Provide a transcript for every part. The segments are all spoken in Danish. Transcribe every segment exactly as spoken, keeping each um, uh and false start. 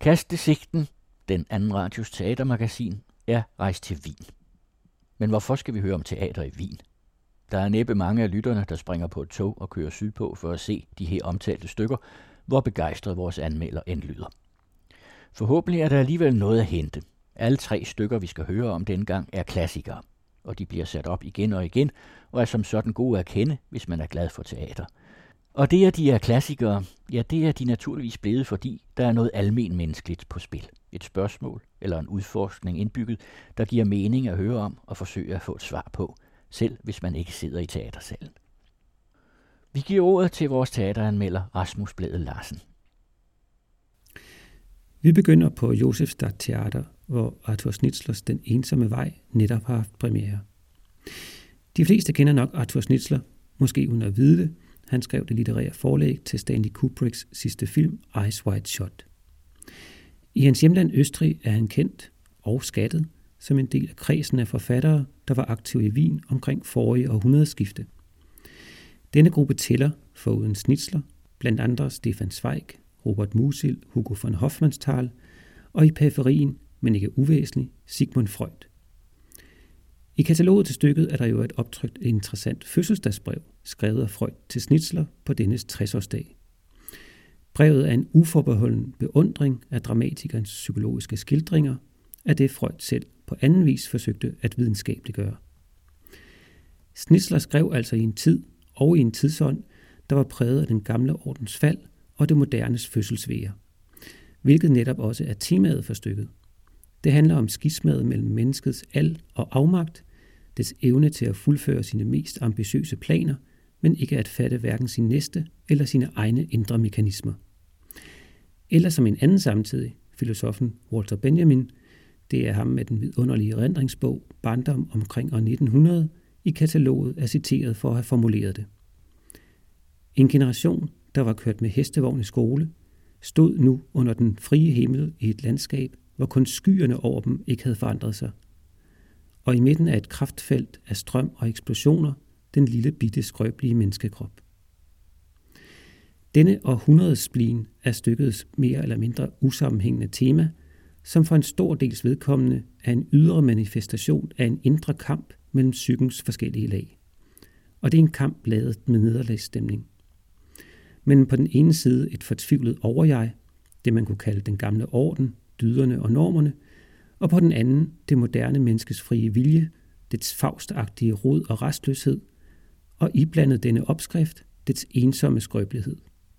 Kastesigten, den anden radios teatermagasin, er rejst til Wien. Men hvorfor skal vi høre om teater i Wien? Der er næppe mange af lytterne, der springer på et tog og kører sydpå for at se de her omtalte stykker, hvor begejstret vores anmelder end lyder. Forhåbentlig er der alligevel noget at hente. Alle tre stykker, vi skal høre om denne gang, er klassikere, og de bliver sat op igen og igen, og er som sådan gode at kende, hvis man er glad for teater. Og det, at de er klassikere, ja, det er de naturligvis blevet, fordi der er noget almen menneskeligt på spil. Et spørgsmål eller en udforskning indbygget, der giver mening at høre om og forsøge at få et svar på, selv hvis man ikke sidder i teatersalen. Vi giver ordet til vores teateranmelder Rasmus Blædel Larsen. Vi begynder på Josefstadt Teater, hvor Arthur Schnitzlers Den ensomme vej netop har haft premiere. De fleste kender nok Arthur Schnitzler, måske uden at vide det. Han skrev det litterære forlæg til Stanley Kubricks sidste film, Eyes Wide Shut. I hans hjemland Østrig er han kendt og skattet som en del af kredsen af forfattere, der var aktive i Wien omkring forrige århundredeskifte. Denne gruppe tæller, foruden Schnitzler, blandt andre Stefan Zweig, Robert Musil, Hugo von Hofmannsthal og i periferien, men ikke uvæsentlig, Sigmund Freud. I kataloget til stykket er der jo et optrykt interessant fødselsdagsbrev, skrevet af Freud til Schnitzler på dennes tres-årsdag. Brevet er en uforbeholden beundring af dramatikernes psykologiske skildringer af det Freud selv på anden vis forsøgte at videnskabeliggøre. Schnitzler skrev altså i en tid og i en tidsånd, der var præget af den gamle ordens fald og det modernes fødselsvæger, hvilket netop også er temaet for stykket. Det handler om skismaet mellem menneskets al- og afmagt, dets evne til at fuldføre sine mest ambitiøse planer, men ikke at fatte hverken sin næste eller sine egne indre mekanismer. Eller som en anden samtidig, filosofen Walter Benjamin, det er ham med den vidunderlige erindringsbog Barndom omkring år nitten hundrede, i kataloget er citeret for at have formuleret det. En generation, der var kørt med hestevogn i skole, stod nu under den frie himmel i et landskab, hvor kun skyerne over dem ikke havde forandret sig. Og i midten af et kraftfelt af strøm og eksplosioner, den lille bitte skrøbelige menneskekrop. Denne århundredesplin er stykkets mere eller mindre usammenhængende tema, som for en stor dels vedkommende er en ydre manifestation af en indre kamp mellem psykens forskellige lag. Og det er en kamp ladet med nederlagsstemning. Men på den ene side et fortvivlet overjeg, det man kunne kalde den gamle orden, dyderne og normerne, og på den anden det moderne menneskes frie vilje, dets faustagtige rod og restløshed, og iblandet denne opskrift, dets ensomme skrøbelighed.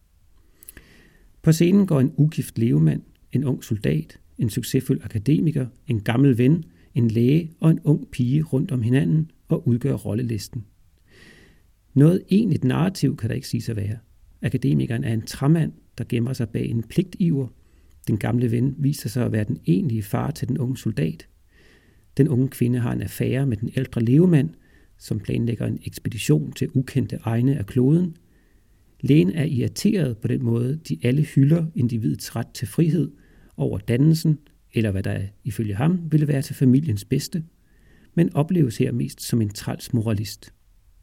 På scenen går en ugift levemand, en ung soldat, en succesfuld akademiker, en gammel ven, en læge og en ung pige rundt om hinanden og udgør rollelisten. Noget egentligt narrativ kan der ikke siges at være. Akademikeren er en træmand, der gemmer sig bag en pligtiver. Den gamle ven viser sig at være den egentlige far til den unge soldat. Den unge kvinde har en affære med den ældre levemand, som planlægger en ekspedition til ukendte egne af kloden. Lægen er irriteret på den måde, de alle hylder individets ret til frihed over dannelsen, eller hvad der ifølge ham ville være til familiens bedste, men opleves her mest som en træls moralist.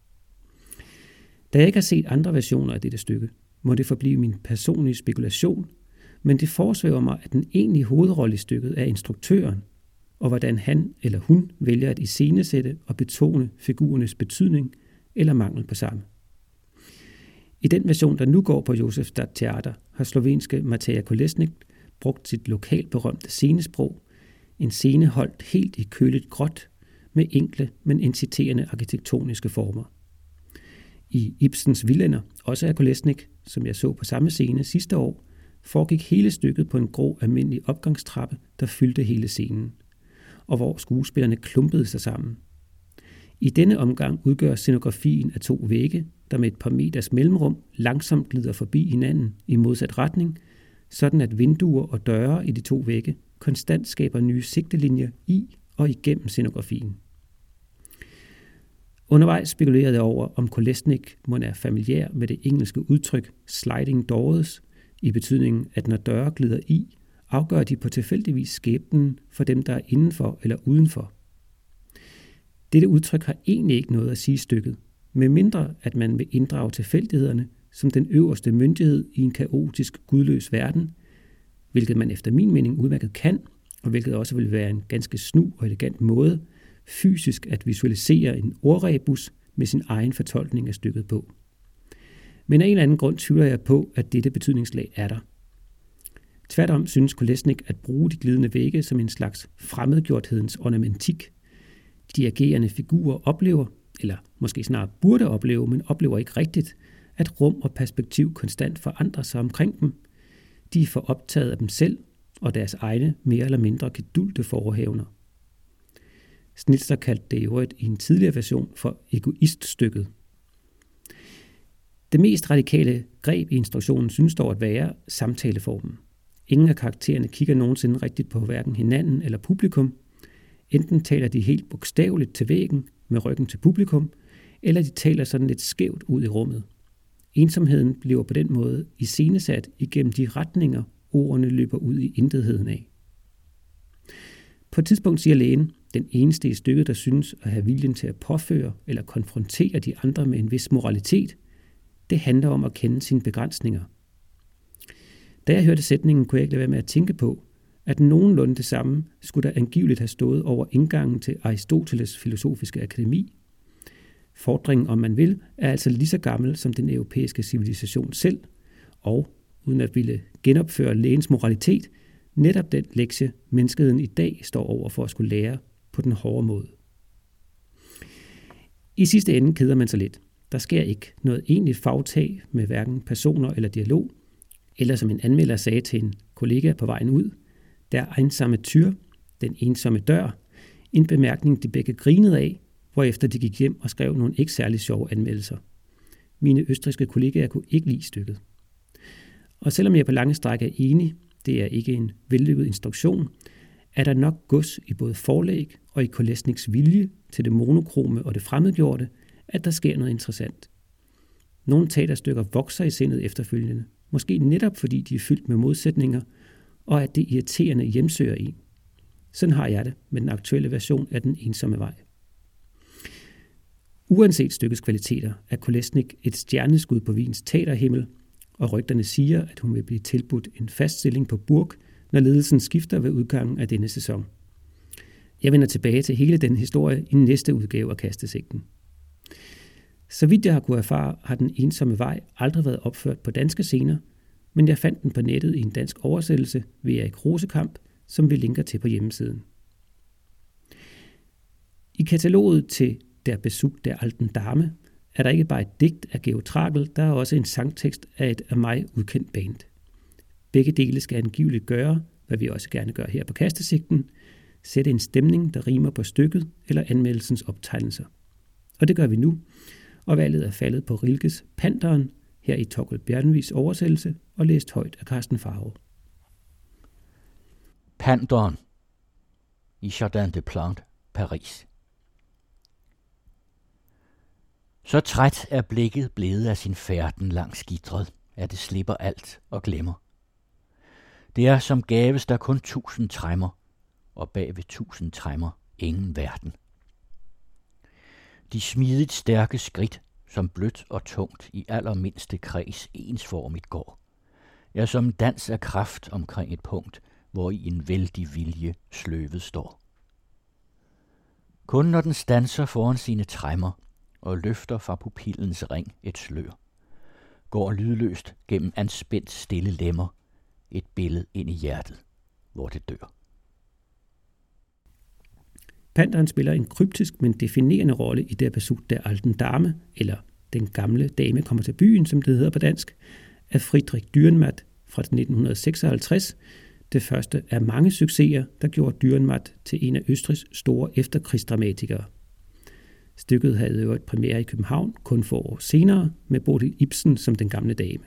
Da jeg ikke har set andre versioner af dette stykke, må det forblive min personlige spekulation, men det forsvæver mig, at den egentlige hovedrolle i stykket er instruktøren, og hvordan han eller hun vælger at iscenesætte og betone figurernes betydning eller mangel på samme. I den version, der nu går på Josefstadt Teater, har slovenske Mateja Kolesnik brugt sit lokalt berømte scenesprog, en scene holdt helt i køligt gråt med enkle, men inciterende arkitektoniske former. I Ibsens Villander, også af Kolesnik, som jeg så på samme scene sidste år, foregik hele stykket på en grå almindelig opgangstrappe, der fyldte hele scenen, og hvor skuespillerne klumpede sig sammen. I denne omgang udgør scenografien af to vægge, der med et par meters mellemrum langsomt glider forbi hinanden i modsat retning, sådan at vinduer og døre i de to vægge konstant skaber nye sigtelinjer i og igennem scenografien. Undervejs spekulerede jeg over, om Kolesnik må er familiær med det engelske udtryk sliding doors, i betydningen, at når døre glider i, afgør de på tilfældigvis skæbnen for dem, der er indenfor eller udenfor. Dette udtryk har egentlig ikke noget at sige stykket, med mindre at man vil inddrage tilfældighederne som den øverste myndighed i en kaotisk, gudløs verden, hvilket man efter min mening udmærket kan, og hvilket også vil være en ganske snu og elegant måde, fysisk at visualisere en ordrebus med sin egen fortolkning af stykket på. Men af en eller anden grund tvivler jeg på, at dette betydningslag er der. Tværtom synes Kolesnik at bruge de glidende vægge som en slags fremmedgjorthedens ornamentik. De agerende figurer oplever, eller måske snarere burde opleve, men oplever ikke rigtigt, at rum og perspektiv konstant forandrer sig omkring dem. De er for optaget af dem selv og deres egne mere eller mindre kedulte forehavner. Snitzer kaldte det i øvrigt i en tidligere version for egoiststykket. Det mest radikale greb i instruktionen synes dog at være samtaleformen. Ingen af karaktererne kigger nogensinde rigtigt på hverken hinanden eller publikum. Enten taler de helt bogstaveligt til væggen med ryggen til publikum, eller de taler sådan lidt skævt ud i rummet. Ensomheden bliver på den måde iscenesat igennem de retninger, ordene løber ud i intetheden af. På et tidspunkt siger lægen, den eneste i stykket, der synes at have viljen til at påføre eller konfrontere de andre med en vis moralitet, det handler om at kende sine begrænsninger. Da jeg hørte sætningen, kunne jeg ikke lade være med at tænke på, at nogenlunde det samme skulle der angiveligt have stået over indgangen til Aristoteles filosofiske akademi. Fordringen, om man vil, er altså lige så gammel som den europæiske civilisation selv, og, uden at ville genopføre lægens moralitet, netop den lektie, menneskeheden i dag står over for at skulle lære på den hårde måde. I sidste ende keder man sig lidt. Der sker ikke noget egentligt fagtag med hverken personer eller dialog, eller som en anmelder sagde til en kollega på vejen ud, der ensomme tyr, den ensomme dør, en bemærkning de begge grinede af, hvorefter de gik hjem og skrev nogle ikke særlig sjove anmeldelser. Mine østrigske kollegaer kunne ikke lide stykket. Og selvom jeg på lange stræk er enig, det er ikke en vellykket instruktion, er der nok gods i både forlæg og i Kolesniks vilje til det monokrome og det fremmedgjorte, at der sker noget interessant. Nogle teaterstykker vokser i sindet efterfølgende, måske netop fordi de er fyldt med modsætninger, og at det irriterende hjemsøger en. Sådan har jeg det med den aktuelle version af Den ensomme vej. Uanset stykkets kvaliteter er Kolesnik et stjerneskud på Wiens teaterhimmel, og rygterne siger, at hun vil blive tilbudt en fast stilling på Burg, når ledelsen skifter ved udgangen af denne sæson. Jeg vender tilbage til hele den historie i næste udgave af Kastesigten. Så vidt jeg har kunnet erfare, har Den ensomme vej aldrig været opført på danske scener, men jeg fandt den på nettet i en dansk oversættelse ved Erik Rosekamp, som vi linker til på hjemmesiden. I kataloget til Der Besuch der alten Dame er der ikke bare et digt af Georg Trakl, der er også en sangtekst af et af mig udkendt band. Begge dele skal angiveligt gøre, hvad vi også gerne gør her på Kastesigten, sætte en stemning, der rimer på stykket eller anmeldelsens optegnelser. Og det gør vi nu, og valget er faldet på Rilkes Panteren, her i Torkel Bjernvigs oversættelse og læst højt af Carsten Faro. Panteren i Jardin des Plantes, Paris. Så træt er blikket blevet af sin færden langs gittret, at det slipper alt og glemmer. Det er som gaves der kun tusind træmmer, og bag ved tusind træmmer ingen verden. De smidigt stærke skridt, som blødt og tungt i allermindste kreds ensformigt går, er som dans af kraft omkring et punkt, hvor i en vældig vilje sløvet står. Kun når den standser foran sine træmmer og løfter fra pupillens ring et slør, går lydløst gennem anspændt stille lemmer et billede ind i hjertet, hvor det dør. Panteren spiller en kryptisk, men definerende rolle i Der Besuch der alten Dame, eller Den gamle dame kommer til byen, som det hedder på dansk, af Friedrich Dürrenmatt fra nitten seksoghalvtreds, det første af mange succeser, der gjorde Dürrenmatt til en af Østrigs store efterkrigsdramatikere. Stykket havde jo et premiere i København kun få år senere, med Bodil Ibsen som den gamle dame.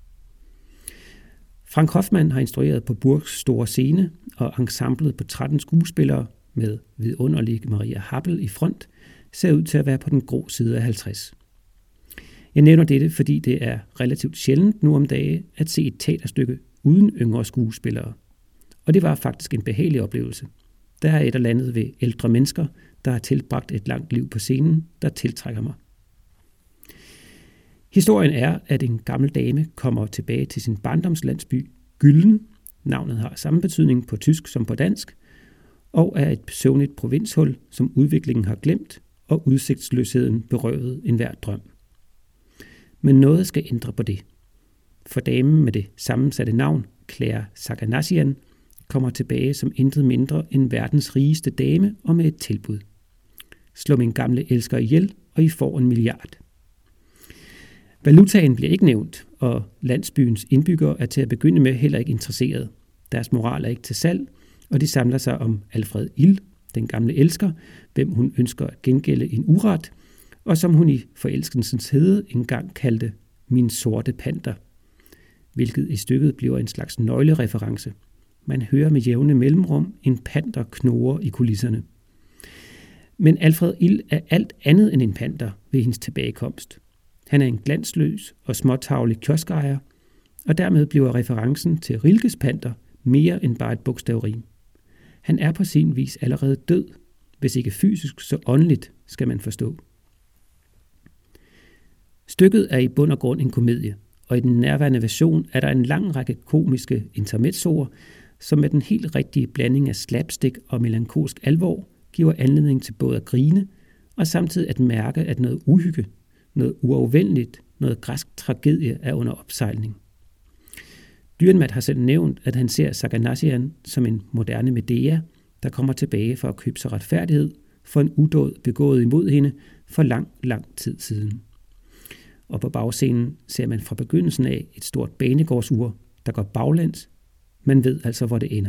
Frank Hoffmann har instrueret på Burgs store scene, og ensemblet på tretten skuespillere med vidunderlig Maria Happel i front, ser ud til at være på den grå side af halvtreds. Jeg nævner dette, fordi det er relativt sjældent nu om dage at se et teaterstykke uden yngre skuespillere. Og det var faktisk en behagelig oplevelse. Der er et eller andet ved ældre mennesker, der har tilbragt et langt liv på scenen, der tiltrækker mig. Historien er, at en gammel dame kommer tilbage til sin barndomslandsby Gylden, Navnet har samme betydning på tysk som på dansk, og er et søvnigt provinshul, som udviklingen har glemt, og udsigtsløsheden berøvet enhver drøm. Men noget skal ændre på det. For damen med det sammensatte navn, Claire Zachanassian, kommer tilbage som intet mindre end verdens rigeste dame og med et tilbud. Slå min gamle elsker ihjel, og I får en milliard. Valutaen bliver ikke nævnt, og landsbyens indbyggere er til at begynde med heller ikke interesseret. Deres moral er ikke til salg, og de samler sig om Alfred Ill, den gamle elsker, hvem hun ønsker at gengælde en uret, og som hun i forelskelsens hede engang kaldte min sorte panter, hvilket i stykket bliver en slags nøglereference. Man hører med jævne mellemrum en panter knurre i kulisserne. Men Alfred Ill er alt andet end en panter ved hendes tilbagekomst. Han er en glansløs og småtavlig kioskejer, og dermed bliver referencen til Rilkes panter mere end bare et bogstavrim. Han er på sin vis allerede død, hvis ikke fysisk, så åndeligt, skal man forstå. Stykket er i bund og grund en komedie, og i den nærværende version er der en lang række komiske intermezzoer, som med den helt rigtige blanding af slapstick og melankolsk alvor giver anledning til både at grine og samtidig at mærke, at noget uhygge, noget uafvendeligt, noget græsk tragedie er under opsejling. Dürrenmatt har selv nævnt, at han ser Zachanassian som en moderne Medea, der kommer tilbage for at købe sig retfærdighed for en udåd begået imod hende for lang, lang tid siden. Og på bagscenen ser man fra begyndelsen af et stort banegårdsur, der går baglæns. Man ved altså, hvor det ender.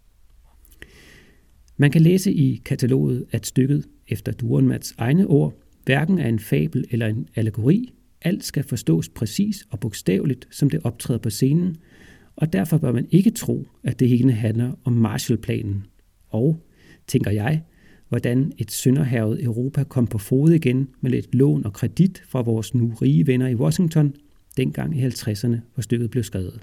Man kan læse i kataloget, at stykket, efter Dürrenmatts egne ord, hverken er en fabel eller en allegori. Alt skal forstås præcis og bogstaveligt, som det optræder på scenen, og derfor bør man ikke tro, at det hele handler om Marshallplanen. Og, tænker jeg, hvordan et sønderhærget Europa kom på fod igen med lidt lån og kredit fra vores nu rige venner i Washington, dengang i halvtredserne, hvor stykket blev skrevet.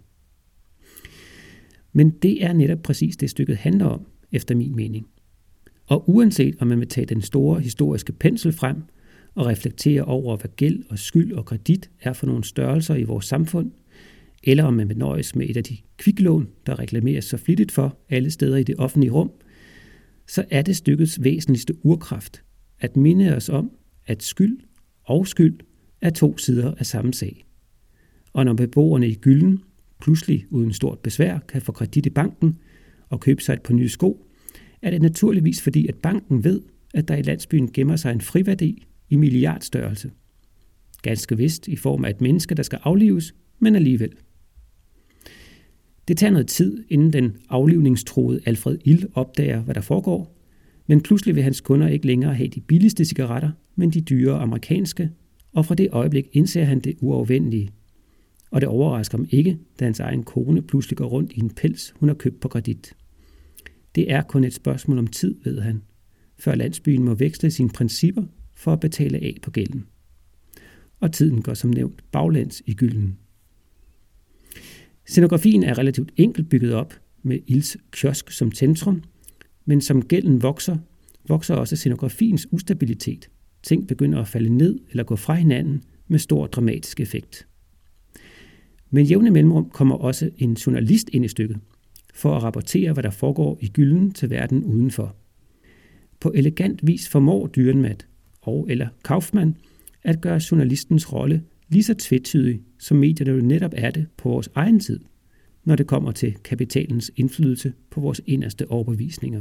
Men det er netop præcis det, stykket handler om, efter min mening. Og uanset om man vil tage den store historiske pensel frem og reflektere over, hvad gæld og skyld og kredit er for nogle størrelser i vores samfund, eller om man vil nøjes med et af de kviklån, der reklameres så flittigt for alle steder i det offentlige rum, så er det stykkets væsentligste urkraft at minde os om, at skyld og skyld er to sider af samme sag. Og når beboerne i Gylden pludselig uden stort besvær kan få kredit i banken og købe sig et par nye sko, er det naturligvis fordi, at banken ved, at der i landsbyen gemmer sig en friværdi i milliardstørrelse. Ganske vist i form af et menneske, der skal aflives, men alligevel. Det tager noget tid, inden den aflivningstroede Alfred Ill opdager, hvad der foregår, men pludselig vil hans kunder ikke længere have de billigste cigaretter, men de dyre amerikanske, og fra det øjeblik indser han det uafvendelige. Og det overrasker ham ikke, da hans egen kone pludselig går rundt i en pels, hun har købt på kredit. Det er kun et spørgsmål om tid, ved han, før landsbyen må veksle sine principper for at betale af på gælden. Og tiden går som nævnt baglæns i Gylden. Scenografien er relativt enkelt bygget op med Ills kiosk som centrum, men som gælden vokser, vokser også scenografiens ustabilitet. Ting begynder at falde ned eller gå fra hinanden med stor dramatisk effekt. Men jævne mellemrum kommer også en journalist ind i stykket, for at rapportere, hvad der foregår i Gylden til verden udenfor. På elegant vis formår Dürrenmatt og eller Kaufmann at gøre journalistens rolle lige så tvetydig, som medierne jo netop er det på vores egen tid, når det kommer til kapitalens indflydelse på vores inderste overbevisninger.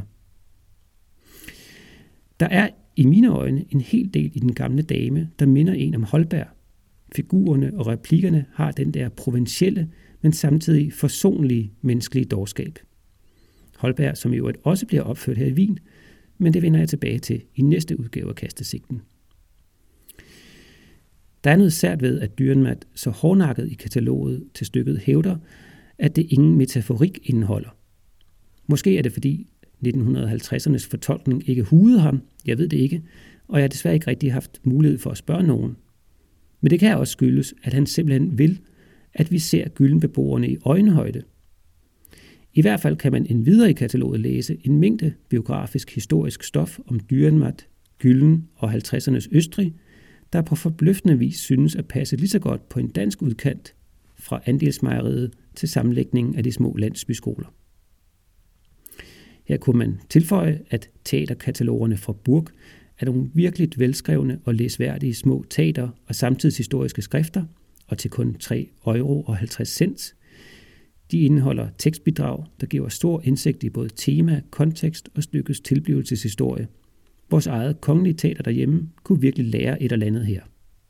Der er i mine øjne en hel del i Den gamle dame, der minder en om Holberg. Figurerne og replikkerne har den der provincielle, men samtidig forsonlige menneskelige dårskab. Holberg, som jo også bliver opført her i Wien, men det vender jeg tilbage til i næste udgave af Kastesigten. Der er noget sært ved, at Dürrenmatt så hårdnakket i kataloget til stykket hævder, at det ingen metaforik indeholder. Måske er det fordi nitten halvtredsernes fortolkning ikke hudede ham, jeg ved det ikke, og jeg har desværre ikke rigtig haft mulighed for at spørge nogen. Men det kan også skyldes, at han simpelthen vil, at vi ser Gyldenbeboerne i øjenhøjde. I hvert fald kan man endvidere i kataloget læse en mængde biografisk historisk stof om Dürrenmatt, Gylden og halvtredsernes Østrig, der på forbløffende vis synes at passe lige så godt på en dansk udkant, fra andelsmejeriet til sammenlægningen af de små landsbyskoler. Her kunne man tilføje, at teaterkatalogerne fra Burg er nogle virkelig velskrevne og læsværdige små teater- og samtidshistoriske skrifter, og til kun tre euro og halvtreds cent. De indeholder tekstbidrag, der giver stor indsigt i både tema, kontekst og stykkets tilblivelseshistorie. Vores eget kongelige teater derhjemme kunne virkelig lære et eller andet her.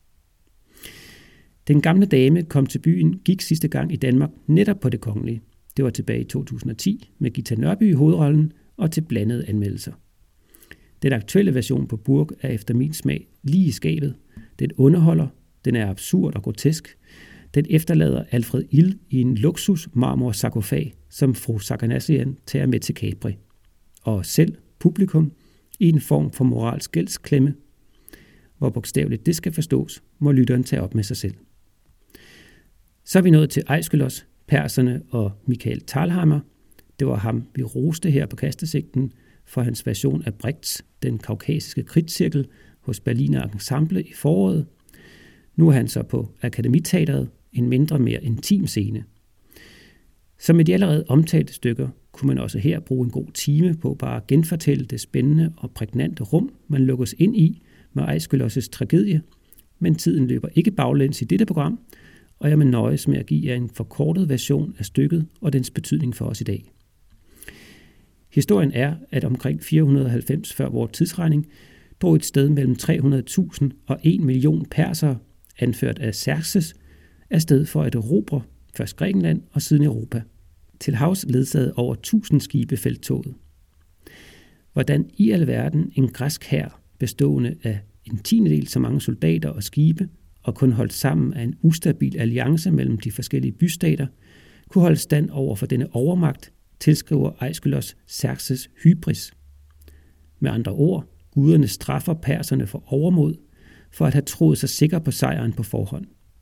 Den gamle dame kom til byen gik sidste gang i Danmark netop på Det Kongelige. Det var tilbage i to tusind og ti med Gita Nørby i hovedrollen og til blandede anmeldelser. Den aktuelle version på Burg er efter min smag lige i skabet. Den underholder, den er absurd og grotesk. Den efterlader Alfred Ill i en luksus marmorsarkofag, som fru Sarkanassian tager med til Capri. Og selv publikum i en form for moralsk gældsklemme. Hvor bogstaveligt det skal forstås, må lytteren tage op med sig selv. Så er vi nået til Aeschylus, perserne og Michael Thalheimer. Det var ham, vi roste her på Kastesigten for hans version af Brechts Den kaukasiske kridtcirkel hos Berliner Ensemble i foråret. Nu er han så på Akademiteatret, en mindre mere intim scene. Som med de allerede omtalte stykker, kunne man også her bruge en god time på bare at genfortælle det spændende og prægnante rum, man lukkes ind i med Aeschylus' tragedie, men tiden løber ikke baglæns i dette program, og jeg vil nøjes med at give jer en forkortet version af stykket og dens betydning for os i dag. Historien er, at omkring fire hundrede og halvfems før vores tidsregning drog et sted mellem tre hundrede tusind og en million persere, anført af Xerxes, afsted for at erobre først Grækenland og siden Europa. Til havs ledsagede over tusind skibe felttoget. Hvordan i alverden en græsk hær bestående af en tiendedel så mange soldater og skibe og kun holdt sammen af en ustabil alliance mellem de forskellige bystater, kunne holde stand over for denne overmagt, tilskriver Aeschylus Xerxes hybris. Med andre ord, guderne straffer perserne for overmod, for at have troet sig sikker på sejren på forhånd.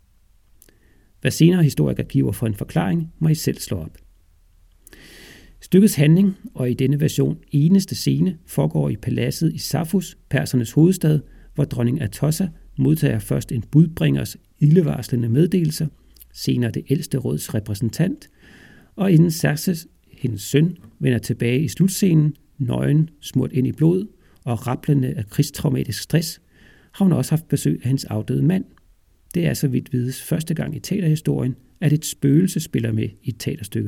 Hvad senere historikere giver for en forklaring, må I selv slå op. Stykkets handling, og i denne version eneste scene, foregår i paladset i Safus, persernes hovedstad, hvor dronning Atossa modtager først en budbringers ildevarslende meddelelser, senere det ældste råds repræsentant, og inden Xerxes, hendes søn, vender tilbage i slutscenen, nøgen, smurt ind i blod og rablende af krigstraumatisk stress, har hun også haft besøg af hendes afdøde mand. Det er så vidt vides første gang i teaterhistorien, at et spøgelse spiller med i et teaterstykke.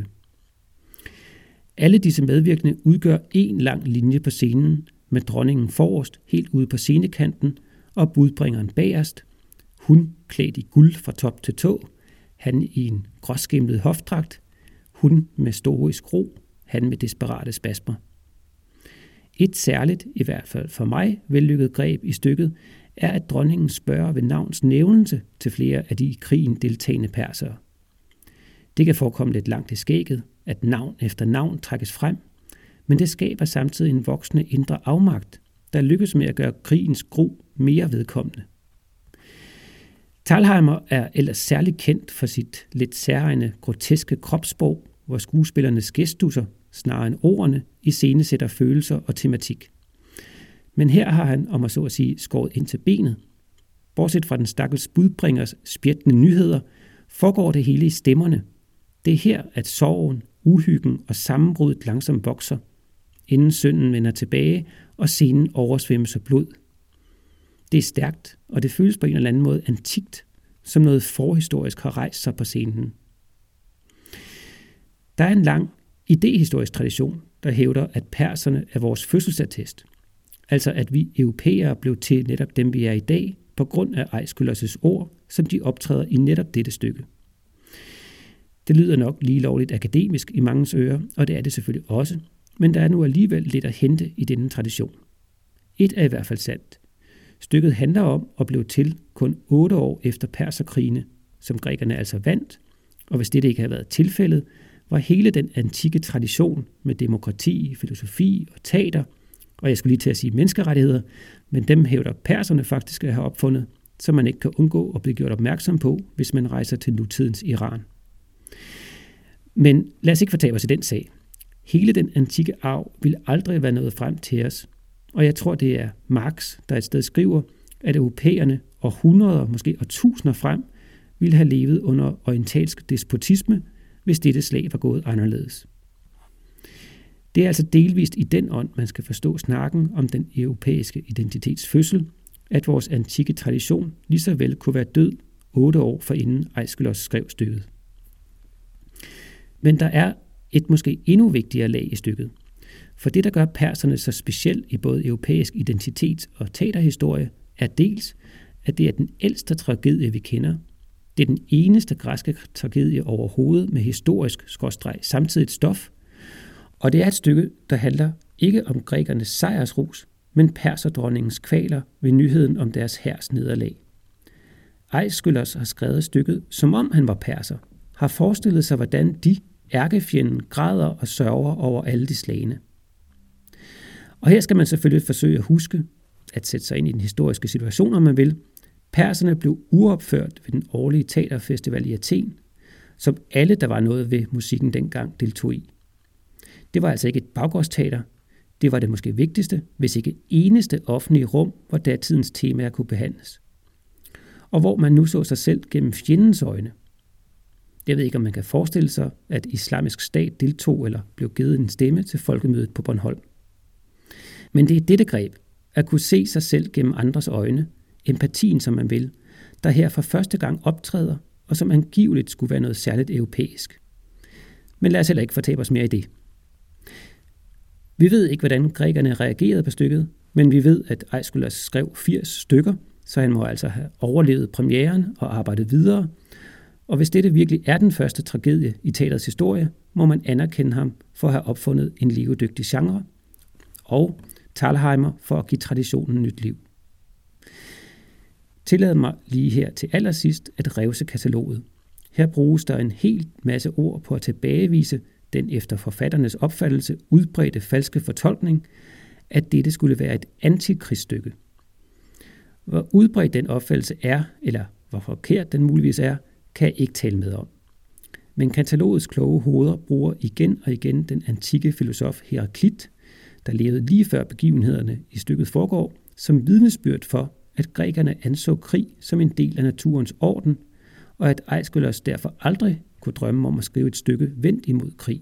Alle disse medvirkende udgør en lang linje på scenen, med dronningen forrest, helt ude på scenekanten, og budbringeren bagerst, hun klædt i guld fra top til tå, han i en gråskimlet hofdragt, hun med stoisk ro, han med desperate spasmer. Et særligt, i hvert fald for mig, vellykket greb i stykket, er, at dronningen spørger ved navns nævnelse til flere af de i krigen deltagende persere. Det kan forekomme lidt langt i skægget, at navn efter navn trækkes frem, men det skaber samtidig en voksende indre afmagt, der lykkes med at gøre krigens gru mere vedkommende. Thalheimer er ellers særligt kendt for sit lidt særegne, groteske kropssprog, hvor skuespillernes gestusser, snarere end ordene, iscenesætter følelser og tematik. Men her har han, om at så at sige, skåret ind til benet. Bortset fra den stakkels budbringers spjættende nyheder, foregår det hele i stemmerne. Det er her, at sorgen, uhyggen og sammenbruddet langsomt vokser, inden sønnen vender tilbage, og scenen oversvømmes af blod. Det er stærkt, og det føles på en eller anden måde antikt, som noget forhistorisk har rejst sig på scenen. Der er en lang idehistorisk tradition, der hævder, at perserne er vores fødselsattest. Altså at vi europæere blev til netop dem, vi er i dag, på grund af Aeschylus' ord, som de optræder i netop dette stykke. Det lyder nok lige lovligt akademisk i manges ører, og det er det selvfølgelig også, men der er nu alligevel lidt at hente i denne tradition. Et er i hvert fald sandt. Stykket handler om og blev til kun otte år efter perserkrigene, som grækerne altså vandt, og hvis det ikke havde været tilfældet, var hele den antikke tradition med demokrati, filosofi og teater, og jeg skulle lige til at sige menneskerettigheder, men dem hævder perserne faktisk at have opfundet, så man ikke kan undgå at blive gjort opmærksom på, hvis man rejser til nutidens Iran. Men lad os ikke fortabe os i den sag. Hele den antikke arv vil aldrig være nået frem til os, og jeg tror, det er Marx, der et sted skriver, at europæerne århundreder, måske årtusinder frem, ville have levet under orientalsk despotisme, hvis dette slag var gået anderledes. Det er altså delvist i den ånd, man skal forstå snakken om den europæiske identitets fødsel, at vores antikke tradition lige så vel kunne være død otte år forinden Aeschylus skrev stykket. Men der er et måske endnu vigtigere lag i stykket. For det, der gør perserne så specielt i både europæisk identitet og teaterhistorie, er dels, at det er den ældste tragedie, vi kender. Det er den eneste græske tragedie overhovedet med historisk skråstreg samtidigt stof. Og det er et stykke, der handler ikke om grækernes sejrsrus, men perserdronningens kvaler ved nyheden om deres hærs nederlag. Aeschylus har skrevet stykket, som om han var perser, har forestillet sig, hvordan de, ærkefjenden, græder og sørger over alle de slagne. Og her skal man selvfølgelig forsøge at huske, at sætte sig ind i den historiske situation, om man vil. Perserne blev uopført ved den årlige teaterfestival i Athen, som alle, der var noget ved musikken dengang, deltog i. Det var altså ikke et baggårdsteater. Det var det måske vigtigste, hvis ikke eneste offentlige rum, hvor datidens temaer kunne behandles. Og hvor man nu så sig selv gennem fjendens øjne. Jeg ved ikke, om man kan forestille sig, at Islamisk Stat deltog eller blev givet en stemme til folkemødet på Bornholm. Men det er dette greb, at kunne se sig selv gennem andres øjne, empatien som man vil, der her for første gang optræder, og som angiveligt skulle være noget særligt europæisk. Men lad os heller ikke fortabe os mere i det. Vi ved ikke, hvordan grækerne reagerede på stykket, men vi ved, at Aeschylus skrev firs stykker, så han må altså have overlevet premieren og arbejdet videre. Og hvis dette virkelig er den første tragedie i teaterets historie, må man anerkende ham for at have opfundet en levedygtig genre, og Thalheimer for at give traditionen nyt liv. Tillad mig lige her til allersidst at revse kataloget. Her bruges der en hel masse ord på at tilbagevise den efter forfatternes opfattelse udbredte falske fortolkning, at dette skulle være et antikrigsstykke. Hvor udbredt den opfattelse er, eller hvor forkert den muligvis er, kan jeg ikke tale med om. Men katalogets kloge hoveder bruger igen og igen den antikke filosof Heraklit, der levede lige før begivenhederne i stykket foregår, som vidnesbyrd for, at grækerne anså krig som en del af naturens orden, og at Aeschylus derfor aldrig kunne drømme om at skrive et stykke vendt imod krig.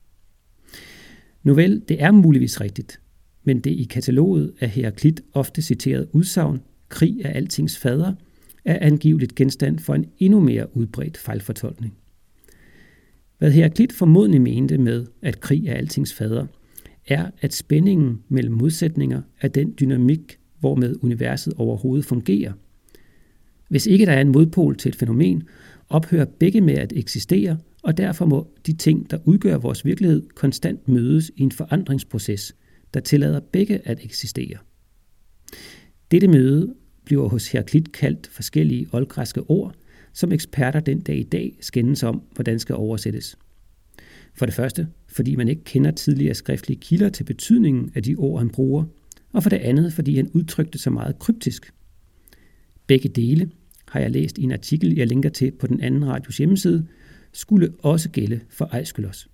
Nu vel, det er muligvis rigtigt, men det i kataloget af Heraklit ofte citeret udsagn, krig er altings fader, er angiveligt genstand for en endnu mere udbredt fejlfortolkning. Hvad Heraklit formodentlig mente med, at krig er altings fader, er, at spændingen mellem modsætninger er den dynamik, hvormed universet overhovedet fungerer. Hvis ikke der er en modpol til et fænomen, ophører begge med at eksistere, og derfor må de ting, der udgør vores virkelighed, konstant mødes i en forandringsproces, der tillader begge at eksistere. Dette møde bliver hos Heraklit kaldt forskellige oldgræske ord, som eksperter den dag i dag skændes om, hvordan skal oversættes. For det første, fordi man ikke kender tidligere skriftlige kilder til betydningen af de ord, han bruger, og for det andet, fordi han udtrykte så meget kryptisk. Begge dele, har jeg læst i en artikel, jeg linker til på den anden radios hjemmeside, skulle også gælde for Aeschylus.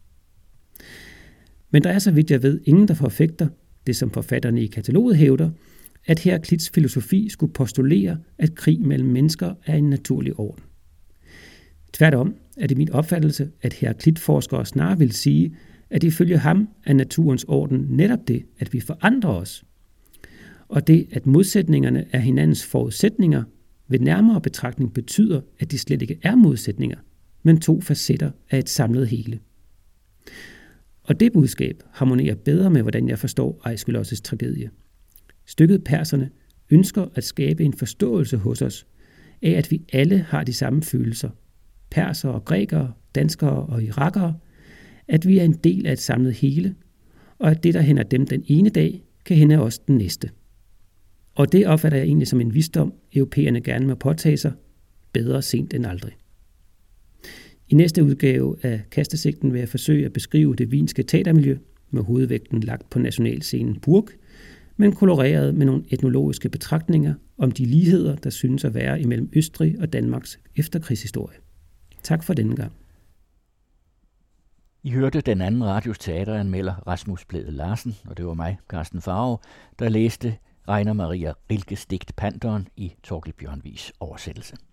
Men der er, så vidt jeg ved, ingen, der forfægter det, som forfatterne i kataloget hævder, at Heraklits filosofi skulle postulere, at krig mellem mennesker er en naturlig orden. Tværtom er det min opfattelse, at Heraklit-forskere snarere vil sige, at ifølge ham er naturens orden netop det, at vi forandrer os. Og det, at modsætningerne er hinandens forudsætninger, ved nærmere betragtning betyder, at de slet ikke er modsætninger, men to facetter af et samlet hele. Og det budskab harmonerer bedre med, hvordan jeg forstår Aeschylus' tragedie. Stykket Perserne ønsker at skabe en forståelse hos os af, at vi alle har de samme følelser. Persere og grækere, danskere og irakere, at vi er en del af et samlet hele, og at det, der hænder dem den ene dag, kan hænde os den næste. Og det opfatter jeg egentlig som en visdom, europæerne gerne må påtage sig, bedre sent end aldrig. I næste udgave af Kastesigten vil jeg forsøge at beskrive det wienske teatermiljø med hovedvægten lagt på nationalscenen Burg, men koloreret med nogle etnologiske betragtninger om de ligheder, der synes at være imellem Østrig og Danmarks efterkrigshistorie. Tak for denne gang. I hørte den anden radios teateranmelder Rasmus Blædel Larsen, og det var mig, Carsten Farve, der læste Rainer Maria Rilkes digt Pantheren i Torkel Bjørnvigs oversættelse.